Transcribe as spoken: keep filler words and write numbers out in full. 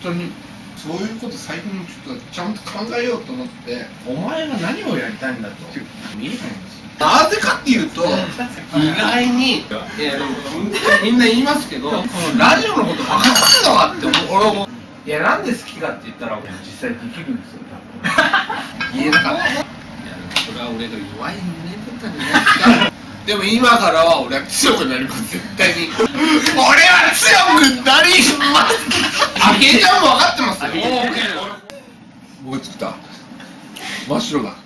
当にそういうこと最近ちょっとちゃんと考えようと思って、お前が何をやりたいんだと見えないんですよ。なぜかっていうと、意外に、いやでもみんな言いますけど、このラジオのこと分かってんのかって俺は思う。いや、なんで好きかって言ったら実際できるんですよ。言えなかった。いや、それは俺が弱い人間だったんじゃないですか。でも今からは俺は強くなります、絶対に。俺は強くなります。あけちゃんも分かってますよ。僕作った真っ白だ。